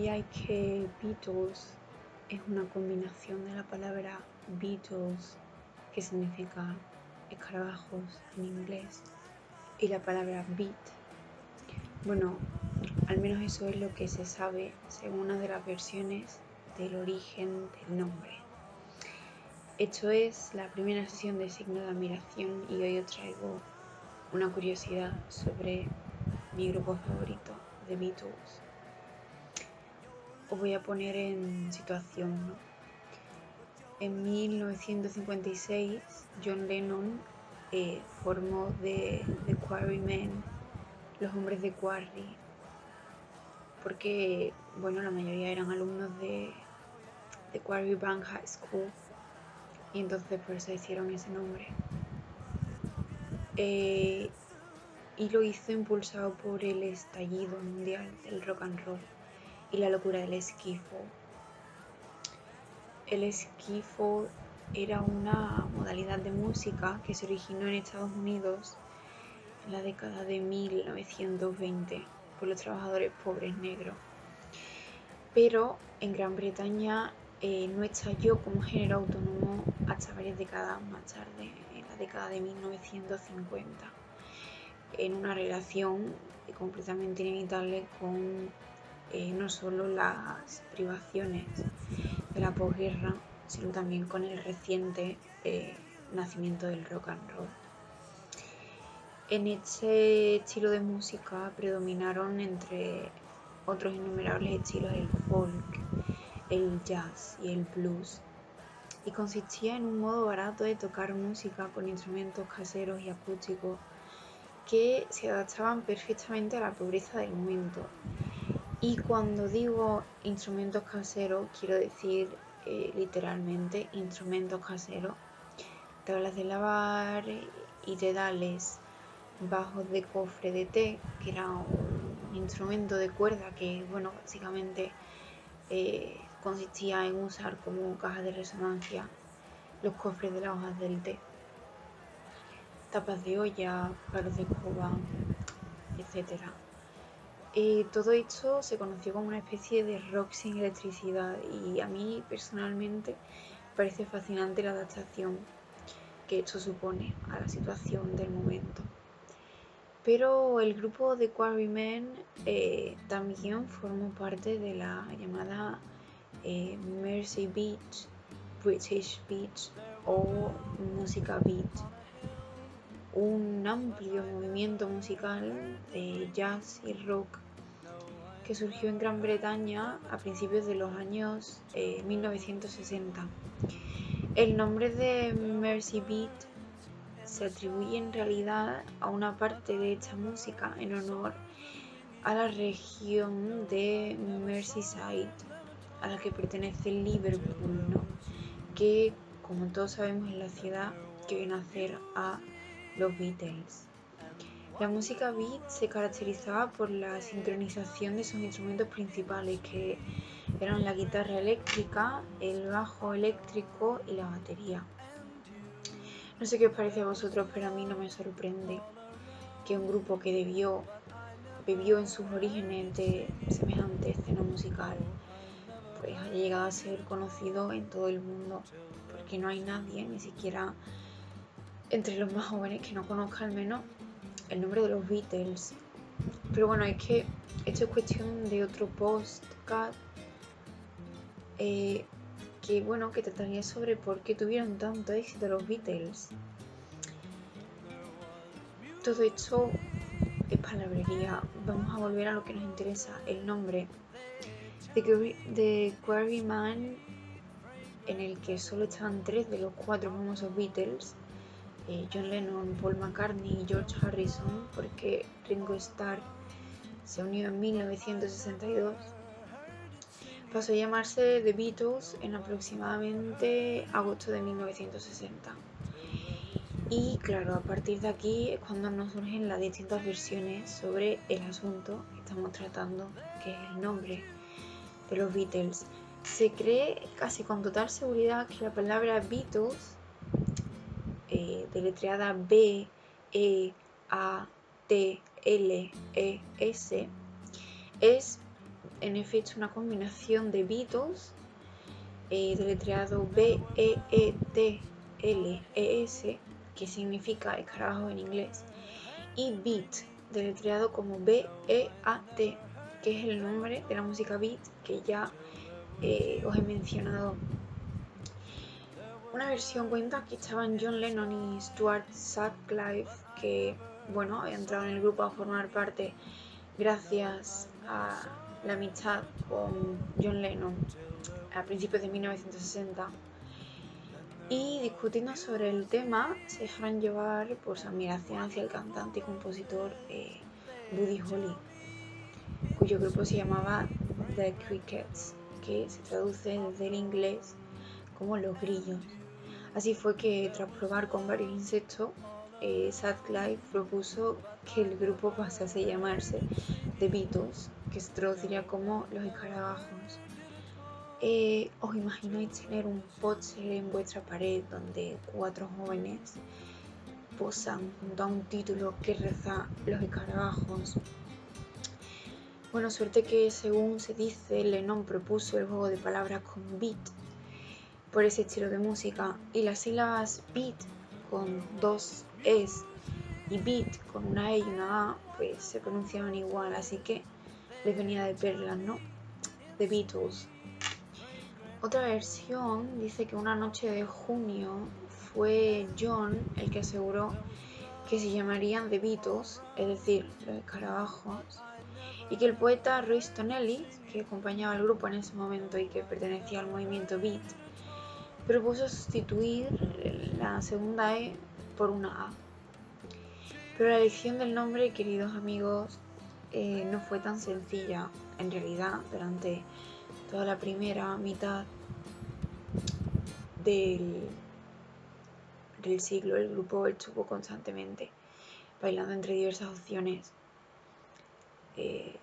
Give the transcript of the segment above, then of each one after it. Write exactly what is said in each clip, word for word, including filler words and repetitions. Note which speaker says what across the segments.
Speaker 1: sabíais que Beatles es una combinación de la palabra Beatles, que significa escarabajos en inglés, y la palabra beat? Bueno, al menos eso es lo que se sabe según una de las versiones del origen del nombre. Esto es la primera sesión de signo de admiración y hoy os traigo una curiosidad sobre mi grupo favorito, The Beatles. Os voy a poner en situación, ¿no? En mil novecientos cincuenta y seis, John Lennon eh, formó The, The Quarrymen, los hombres de Quarry, porque, bueno, la mayoría eran alumnos de, de Quarry Bank High School y entonces por eso hicieron ese nombre. Eh, y lo hizo impulsado por el estallido mundial del rock and roll y la locura del skiffle. El skiffle era una modalidad de música que se originó en Estados Unidos en la década de mil novecientos veinte por los trabajadores pobres negros. Pero en Gran Bretaña eh, no estalló como género autónomo hasta varias décadas más tarde, en la década de mil novecientos cincuenta, en una relación completamente inevitable con eh, no solo las privaciones de la posguerra, sino también con el reciente eh, nacimiento del rock and roll. En este estilo de música predominaron, entre otros innumerables estilos, el folk, el jazz y el blues, y consistía en un modo barato de tocar música con instrumentos caseros y acústicos que se adaptaban perfectamente a la pobreza del momento. Y cuando digo instrumentos caseros, quiero decir eh, literalmente instrumentos caseros, tablas de lavar y dedales, bajos de cofre de té, que era un instrumento de cuerda que, bueno, básicamente eh, consistía en usar como caja de resonancia los cofres de las hojas del té, tapas de olla, palos de escoba, etcétera. Eh, todo esto se conoció como una especie de rock sin electricidad y a mí personalmente me parece fascinante la adaptación que esto supone a la situación del momento. Pero el grupo de Quarrymen eh, también formó parte de la llamada eh, Mersey Beat, British Beat o música beat, un amplio movimiento musical de jazz y rock que surgió en Gran Bretaña a principios de los años eh, mil novecientos sesenta. El nombre de Mersey Beat se atribuye en realidad a una parte de esta música en honor a la región de Merseyside a la que pertenece Liverpool, ¿no? Que, como todos sabemos, es la ciudad que vio nacer a los Beatles. La música beat se caracterizaba por la sincronización de sus instrumentos principales, que eran la guitarra eléctrica, el bajo eléctrico y la batería. No sé qué os parece a vosotros, pero a mí no me sorprende que un grupo que debió, bebió en sus orígenes de semejante escena musical, pues haya llegado a ser conocido en todo el mundo, porque no hay nadie, ni siquiera entre los más jóvenes, que no conozca al menos el nombre de los Beatles. Pero bueno, es que esto es cuestión de otro podcast eh, que bueno, que trataría sobre por qué tuvieron tanto éxito los Beatles. Todo esto es palabrería. Vamos a volver a lo que nos interesa, el nombre. The Quarrymen, en el que solo estaban tres de los cuatro famosos Beatles, eh, John Lennon, Paul McCartney y George Harrison, porque Ringo Starr se unió en mil novecientos sesenta y dos, pasó a llamarse The Beatles en aproximadamente agosto de mil novecientos sesenta. Y claro, a partir de aquí es cuando nos surgen las distintas versiones sobre el asunto que estamos tratando, que es el nombre de los Beatles. Se cree casi con total seguridad que la palabra Beatles, eh, deletreada B E A T L E S, es en efecto una combinación de Beatles, eh, deletreado B E E T L E S, que significa escarabajo en inglés, y Beat, deletreado como B E A T, que es el nombre de la música beat que ya eh, os he mencionado. Una versión cuenta que estaban John Lennon y Stuart Sutcliffe, que bueno, había entrado en el grupo a formar parte gracias a la amistad con John Lennon a principios de mil novecientos sesenta, y discutiendo sobre el tema se dejaron llevar por su admiración hacia el cantante y compositor eh, Buddy Holly, cuyo grupo se llamaba The Crickets, que se traduce desde el inglés como los grillos. Así fue que, tras probar con varios insectos, eh, Sutcliffe propuso que el grupo pasase a llamarse The Beatles, que se traduciría como los escarabajos. Eh, ¿Os imagináis tener un póster en vuestra pared donde cuatro jóvenes posan junto a un título que reza Los escarabajos? Bueno, suerte que, según se dice, Lennon propuso el juego de palabras con beat por ese estilo de música, y las sílabas beat con dos es y beat con una e y una a pues se pronunciaban igual, así que les venía de perlas, ¿no? The Beatles. Otra versión dice que una noche de junio fue John el que aseguró que se llamarían The Beatles, es decir, los escarabajos, y que el poeta Royston Ellis, que acompañaba al grupo en ese momento y que pertenecía al movimiento beat, propuso sustituir la segunda E por una A. Pero la elección del nombre, queridos amigos, eh, no fue tan sencilla. En realidad, durante toda la primera mitad del, del siglo, el grupo estuvo constantemente bailando entre diversas opciones. Eh,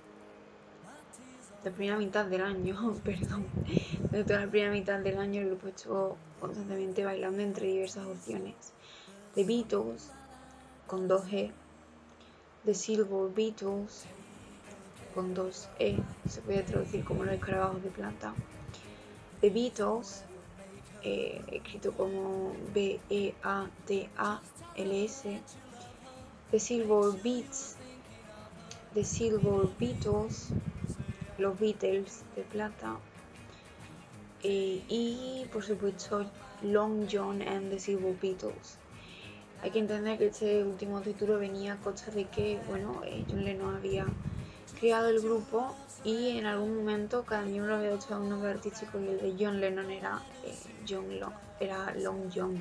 Speaker 1: la primera mitad del año, perdón, de toda la primera mitad del año el grupo estuvo constantemente bailando entre diversas opciones. The Beatles, con dos E, The Silver Beatles, con dos E, se puede traducir como los escarabajos de plata. The Beatles, eh, escrito como B E A T A L S. The Silver Beats, The Silver Beatles, los Beatles de plata, eh, y por supuesto Long John and the Silver Beatles. Hay que entender que este último título venía a costa de que, bueno, eh, John Lennon había creado el grupo y en algún momento cada miembro había hecho un nombre artístico y el de John Lennon era, eh, John Long, era Long John.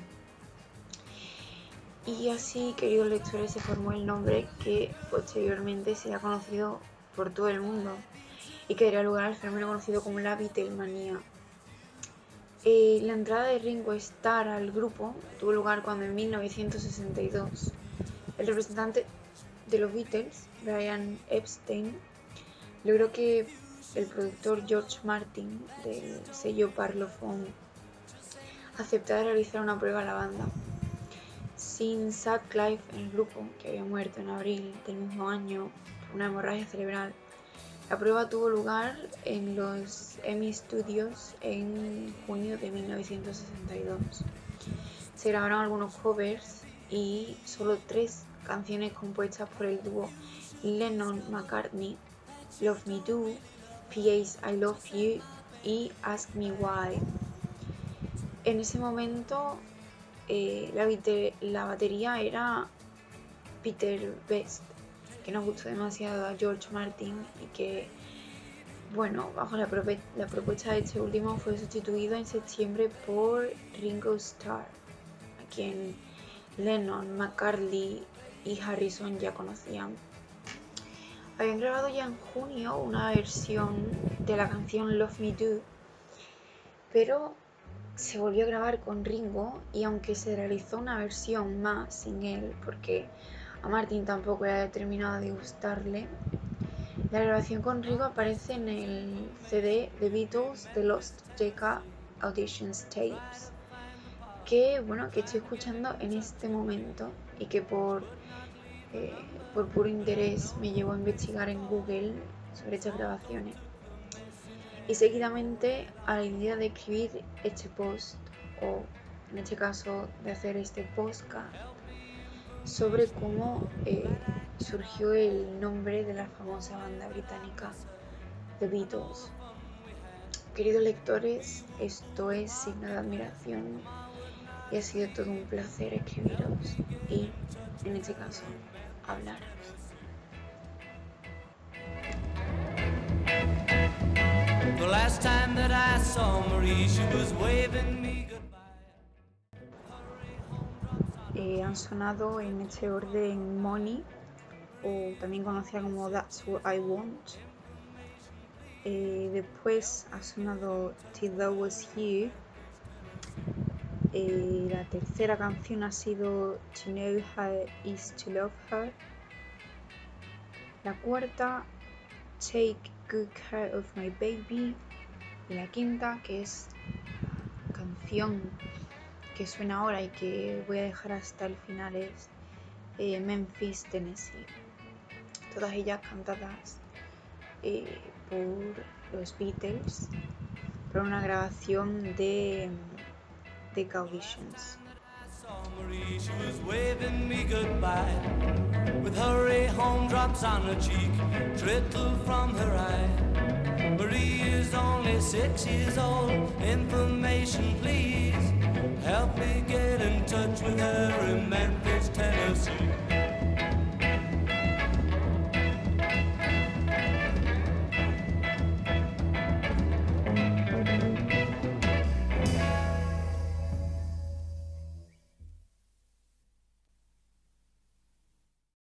Speaker 1: Y así, queridos lectores, se formó el nombre que posteriormente se ha conocido por todo el mundo y que daría lugar al fenómeno conocido como la Beatlemanía. Eh, la entrada de Ringo Starr al grupo tuvo lugar cuando en mil novecientos sesenta y dos el representante de los Beatles, Brian Epstein, logró que el productor George Martin del sello Parlophone aceptara realizar una prueba a la banda. Sin Sutcliffe en el grupo, que había muerto en abril del mismo año por una hemorragia cerebral, la prueba tuvo lugar en los EMI Studios en junio de mil novecientos sesenta y dos. Se grabaron algunos covers y solo tres canciones compuestas por el dúo Lennon-McCartney: Love Me Do, P A's I Love You y Ask Me Why. En ese momento eh, la, la batería era Peter Best, que no gustó demasiado a George Martin y que, bueno, bajo la, la propuesta de este último fue sustituido en septiembre por Ringo Starr, a quien Lennon, McCartney y Harrison ya conocían. Habían grabado ya en junio una versión de la canción Love Me Do, pero se volvió a grabar con Ringo, y aunque se realizó una versión más sin él, porque a Martin tampoco había terminado de gustarle, la grabación con Ringo aparece en el C D The Beatles The Lost Decca Auditions Tapes, que bueno, que estoy escuchando en este momento y que por, eh, por puro interés me llevó a investigar en Google sobre estas grabaciones. Y seguidamente a la idea de escribir este post, o en este caso de hacer este podcast, sobre cómo eh, surgió el nombre de la famosa banda británica The Beatles. Queridos lectores, esto es signo de admiración y ha sido todo un placer escribiros y, en este caso, hablaros. The last time that I saw Marie, she was waving me goodbye. Eh, han sonado en este orden Money, o también conocida como That's What I Want. Eh, después ha sonado Till Thou Was Here. Eh, la tercera canción ha sido To Know How It Is To Love Her. La cuarta, Take Good Care of My Baby. Y la quinta, que es la canción que suena ahora y que voy a dejar hasta el final, es eh, Memphis, Tennessee. Todas ellas cantadas eh, por los Beatles, por una grabación de The Auditions. She was waving me goodbye, with hurry home drops on her cheek, trickle from her eye. Marie is only six years old. Information, please. Help me get in touch with her in Memphis.